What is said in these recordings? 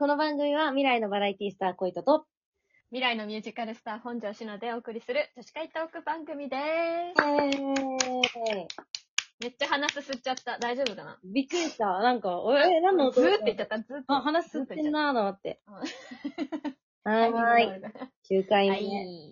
この番組は未来のバラエティスターコイトと、 未来のミュージカルスター本庄しのでお送りする女子会トーク番組でーす。めっちゃ鼻すすっちゃった。大丈夫かな？ びっくりした。なんか、何の音？ ずーって言っちゃった。ずーっと。 あ、鼻すってんなーと思って。 タイミングがはーい。 悪いから 9回目。 はい。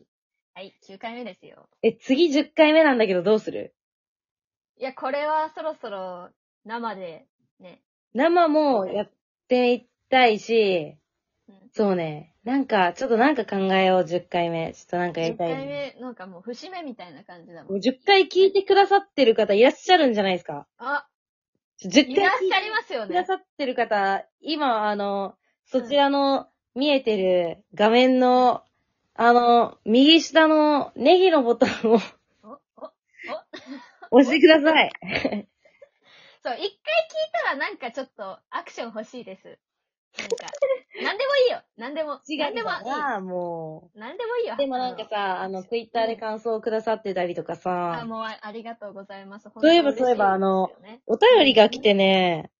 はい、9回目ですよ。 次10回目なんだけどどうする？ いや、これはそろそろ生でね。 生もやっていきたいし、 うん、 そうね。ちょっと考えよう、10回目。ちょっとやり 10 たい。 回目、なんかもう節目みたいな感じだもん。 10回聞いてくださってる方いらっしゃるんじゃないですか？ あ、 10 い回らっしゃいますよくだね。 さってる方、今、そちらの見えてる画面の、右下のネギのボタンを押してください。 そう、一回聞いたらなんかちょっとアクション欲しいです。なんでもいいよ。なんでも。 違なんでもいい。 もなんでもいいよ。 でもツイッターで感想をくださってたりとかさ。 もうありがとうございます。 そういえば、お便りが来てね。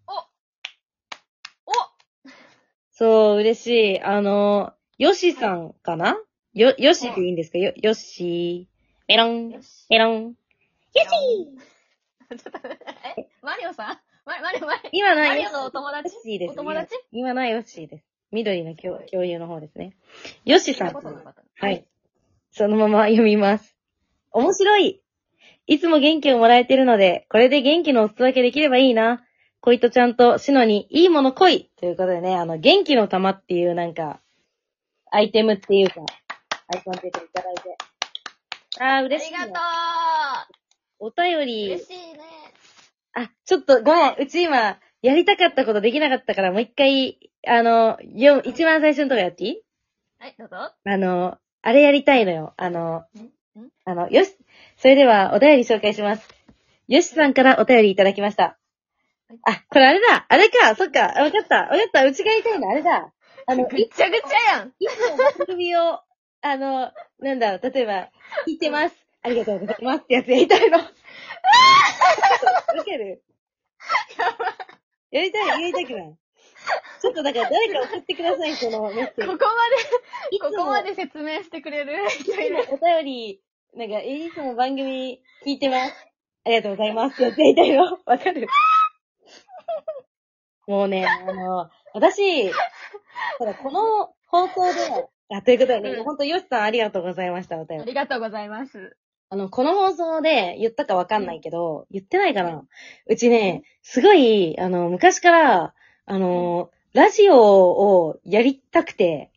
おそう、嬉しい。ヨシさんかな？ヨシでいいんですか？ヨシ。メロン。メロン。ヨシちょっと、マリオさんマリオのお友達です。 お友達今のはヨッシーです。緑の共有の方ですね。ヨッシーさん。はい。そのまま読みます。面白い。いつも元気をもらえてるので、これで元気のお裾分けできればいいな。コイトちゃんとシノにいいもの来いということでね、元気の玉っていうアイテムっていうか、アイコン出ていただいて。嬉しい、ね。 ありがとう。お便り。 嬉しいね。 ちょっとごめん。うち今、やりたかったことできなかったから、もう一回、一番最初のとこやっていい？ はい、どうぞ。 あれやりたいのよ。よし。それでは、お便り紹介します。よしさんからお便りいただきました。これあれだ。あれか。そっか。わかった。うちがやりたいのあれだ。 ぐっちゃぐちゃやん。 いつも番組を、例えば、聞いてます。ありがとうございますってやつやりたいの。わかる？やりたくない。ちょっと誰か送ってください、そのメッセージ。 ここまで説明してくれる人いる。 お便り、いつも番組聞いてます。ありがとうございますってやつやりたいの。わかる？もうね、私、ただこの放送で、ということでね、ほんと、よしさんありがとうございました、お便り。 ありがとうございます。 この放送で言ったかわかんないけど、言ってないかな？うちね、すごい、昔から、ラジオをやりたくて、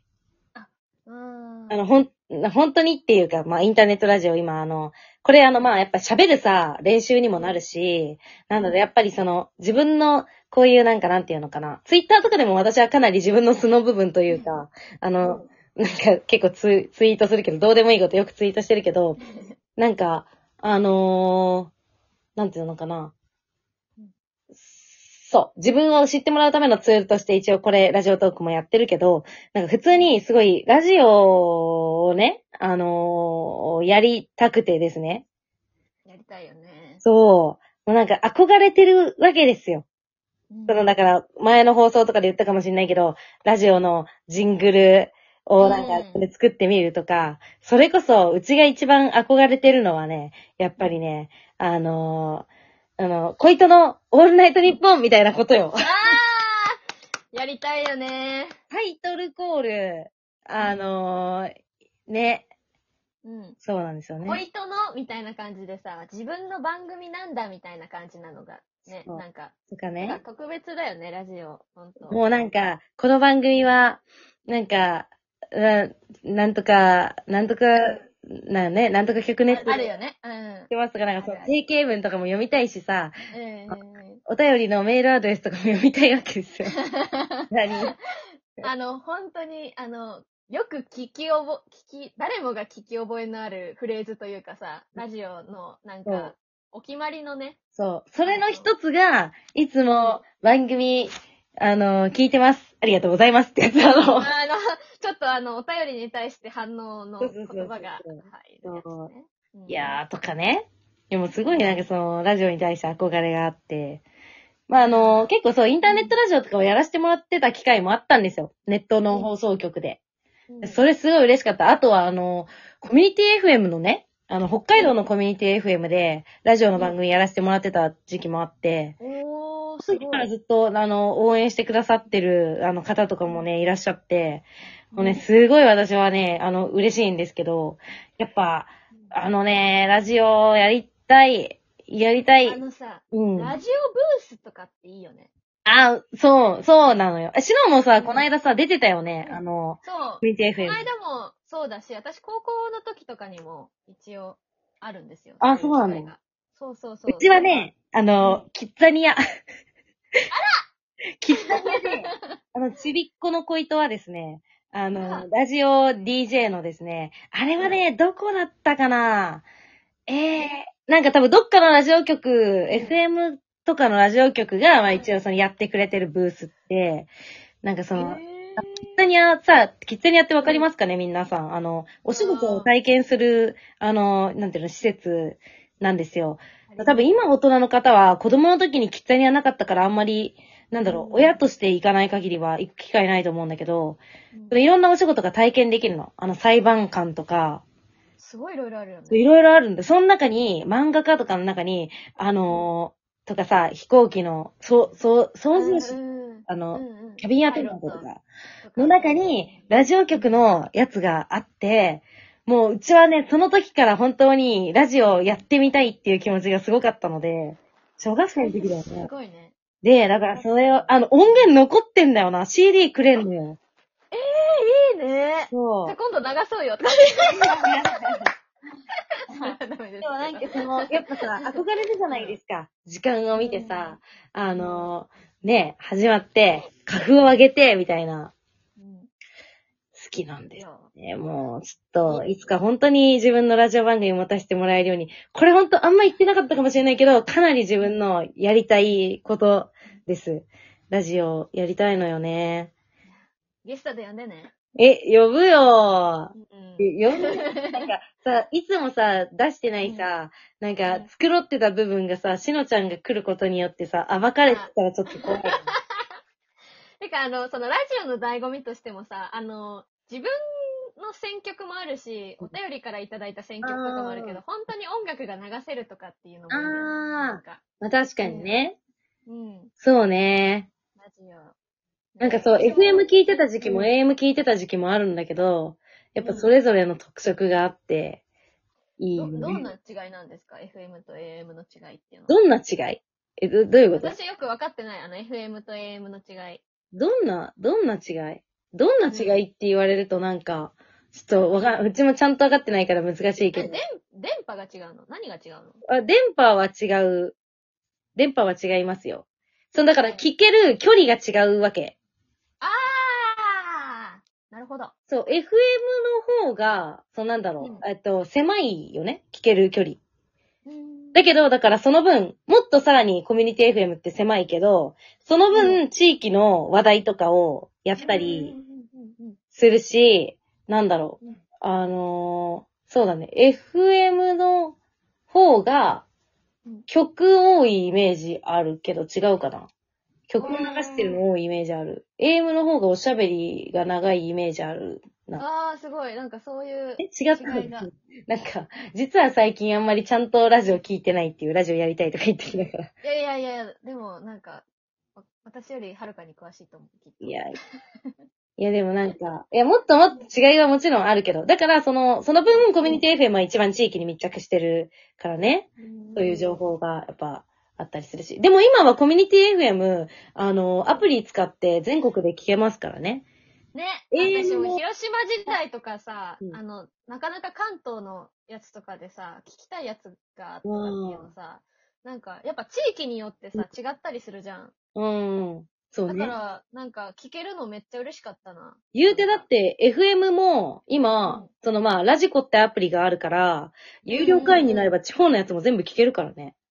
本当にっていうか、インターネットラジオ今、これやっぱ喋るさ、練習にもなるし、やっぱり自分の、こういうなんていうのかな。ツイッターとかでも私はかなり自分の素の部分というか、結構ツイートするけど、どうでもいいことよくツイートしてるけど、なんていうのかな。そう。自分を知ってもらうためのツールとして一応これ、ラジオトークもやってるけど、普通にすごい、ラジオをね、やりたくてですね。 やりたいよね。 そう。もう憧れてるわけですよ。だから、前の放送とかで言ったかもしれないけど、ラジオのジングルを作ってみるとか、それこそ、うちが一番憧れてるのはね、やっぱりね、コイトのオールナイトニッポンみたいなことよ。 やりたいよね。 タイトルコール、ね。そうなんですよね。 コイトのみたいな感じでさ、自分の番組なんだみたいな感じなのが、ね、 とかね。 特別だよね、ラジオ。ほんと。 もうこの番組は、なんとか曲ネットあるよね。 してますが、定型文とかも読みたいしさ、お便りのメールアドレスとかも読みたいわけですよ。 本当に、よく誰もが聞き覚えのあるフレーズというかさ、ラジオのお決まりのね。 そう。それの一つが、いつも番組、聞いてます。ありがとうございますってやつちょっとお便りに対して反応の言葉が入るやつね。 いやーとかね。でもすごいラジオに対して憧れがあって、 まあ、結構そう、インターネットラジオとかをやらせてもらってた機会もあったんですよ。ネットの放送局で。それすごい嬉しかった。あとは、コミュニティ FM のね、北海道のコミュニティ FM で、ラジオの番組やらせてもらってた時期もあって、その時からずっと、応援してくださってる、方とかもね、いらっしゃって、もうね、すごい私はね、嬉しいんですけど、やっぱ、ラジオやりたい。 さ、 うん。 ラジオブースとかっていいよね。 そうなのよ。シノもさ、この間さ、出てたよね。 そう。 コミュニティこの FM。 間もそうだし、私高校の時とかにも一応あるんですよ。 そうなの。 そう。 うちはね、キッザニア。キッザニアで、ちびっこの小糸はですね、ラジオ DJ のですね、あれはね、どこだったかななんか多分どっかのラジオ局、FM とかのラジオ局が、まあ一応そのやってくれてるブースって、なんかその、キッザニアってわかりますかね、皆さん。お仕事を体験する、なんていうの、施設なんですよ。多分今大人の方は子供の時にキッザニアなかったからあんまり、親として行かない限りは行く機会ないと思うんだけど、いろんなお仕事が体験できるの。裁判官とか、 すごいいろいろあるよね。 いろいろあるんだ。その中に、漫画家とかの中に、とかさ、飛行機の、操縦士、キャビンアテンダントとか、の中に、ラジオ局のやつがあって、もう、うちはね、その時から本当に、ラジオやってみたいっていう気持ちがすごかったので、小学生の時だよね。 すごいね。 で、だからそれを、音源残ってんだよな。CD くれんのよ。 いいね。 そう。 じゃ今度流そうよ。 でもなんかやっぱさ、憧れるじゃないですか。時間を見てさ、ね、始まって、花粉を上げて、みたいな。好きなんですよね。もう、ちょっと、いつか本当に自分のラジオ番組持たせてもらえるように、これ本当あんま言ってなかったかもしれないけど、かなり自分のやりたいことです。ラジオやりたいのよね。 ゲストで呼んでね。 呼ぶよ呼ぶなんかさ、いつもさ、出してないさ、なんか、繕ってた部分がさ、しのちゃんが来ることによってさ、暴かれてたらちょっと怖い。 てか、そのラジオの醍醐味としてもさ、自分の選曲もあるし、お便りからいただいた選曲とかもあるけど、本当に音楽が流せるとかっていうのもいいんだよね。なんか。 まあ確かにね。 うん。 そうね。 ラジオ。 なんかそう、FM 聞いてた時期も AM 聞いてた時期もあるんだけど、やっぱそれぞれの特色があって、いいよね。 どんな違いなんですか ?FM と AM の違いっていうのは。 どんな違いどういうこと？ 私よくわかってない。FM と AM の違い。 どんな違いどんな違いって言われるとなんか、ちょっとうちもちゃんとわかってないから難しいけど。 電波が違うの？何が違うの？ 電波は違う。電波は違いますよ。だから聞ける距離が違うわけ。 なるほど。 そう、FM の方が、なんだろう、狭いよね、聞ける距離。だけど、だからその分、もっとさらにコミュニティ FM って狭いけど、その分、地域の話題とかをやったりするし、なんだろう。そうだね、FM の方が、曲多いイメージあるけど違うかな。曲を流してるの多いイメージある。AM の方がおしゃべりが長いイメージあるな。 すごい。なんかそういう。 違ったなんか、実は最近あんまりちゃんとラジオ聞いてないっていうラジオやりたいとか言ってきたから。 いや、でもなんか、私よりはるかに詳しいと思う。 いやでもなんか、もっと違いはもちろんあるけど、だからその分コミュニティ FM は一番地域に密着してるからね。そういう情報がやっぱあったりするし。でも今はコミュニティ FM、アプリ使って全国で聞けますからね。 ね、私も広島時代とかさ、なかなか関東のやつとかでさ、聞きたいやつがあったっていうのさ、なんか、やっぱ地域によってさ、違ったりするじゃん。そうね。だから、なんか、聞けるのめっちゃ嬉しかったな。 言うてだって、FM も、今、ラジコってアプリがあるから、有料会員になれば地方のやつも全部聞けるからね。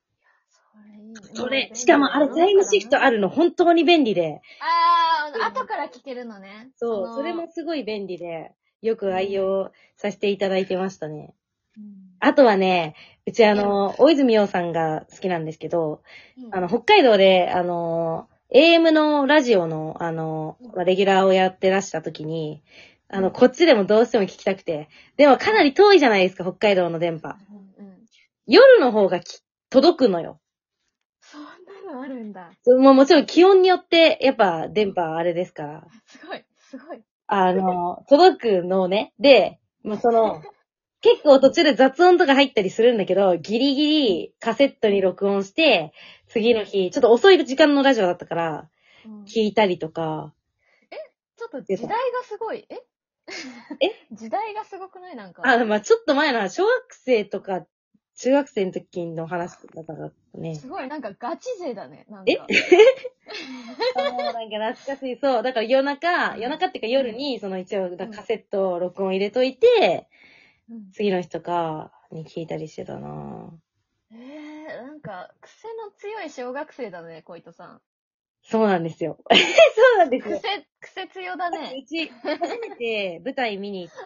しかもあれタイムシフトあるの本当に便利で。 後から聞けるのね。 そう、それもすごい便利で、よく愛用させていただいてましたね。 あとはね、うち大泉洋さんが好きなんですけど、北海道で、AM のラジオの、レギュラーをやってらした時に、こっちでもどうしても聞きたくて。でもかなり遠いじゃないですか、北海道の電波。夜の方が届くのよ。 そんなのあるんだ。 もちろん気温によって、やっぱ電波あれですから。 すごい、すごい。 届くのね。で、結構途中で雑音とか入ったりするんだけど、ギリギリカセットに録音して、次の日、ちょっと遅い時間のラジオだったから、聞いたりとか。 ちょっと時代がすごい。時代がすごくないなんか。 ちょっと前な、小学生とか、中学生の時の話だからね。 すごい、なんかガチ勢だね。なんか。 なんか懐かしい。そう。だから夜中っていうか夜に、一応カセット録音入れといて、次の日とかに聞いたりしてたななんか、癖の強い小学生だね、小糸さん。 そうなんですよ。そうなんですよ。 癖強だね。 うち、初めて舞台見に行った、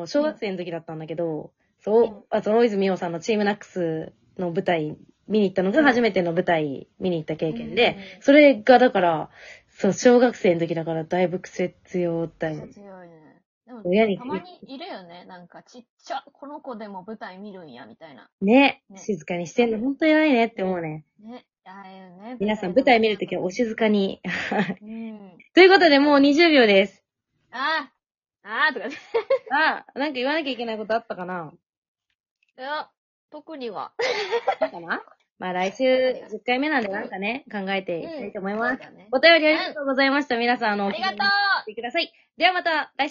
小学生の時だったんだけど、そう、大泉洋さんのチームナックスの舞台見に行ったのが初めての舞台見に行った経験で、それがだから、そう、小学生の時だからだいぶ癖強だよ。 癖強いね。でも、 親にたまにいるよね。なんか、この子でも舞台見るんや、みたいな。 ね。静かにしてんの、ほんと偉いねって思うね。 ね。ああいうね。 皆さん、舞台見るときはお静かに。ということで、もう20秒です。 とかね。 なんか言わなきゃいけないことあったかないや、特には。 かな来週10回目なんでなんかね、考えていきたいと思います。お便りありがとうございました。皆さん、 ありがとうてください。ではまた来週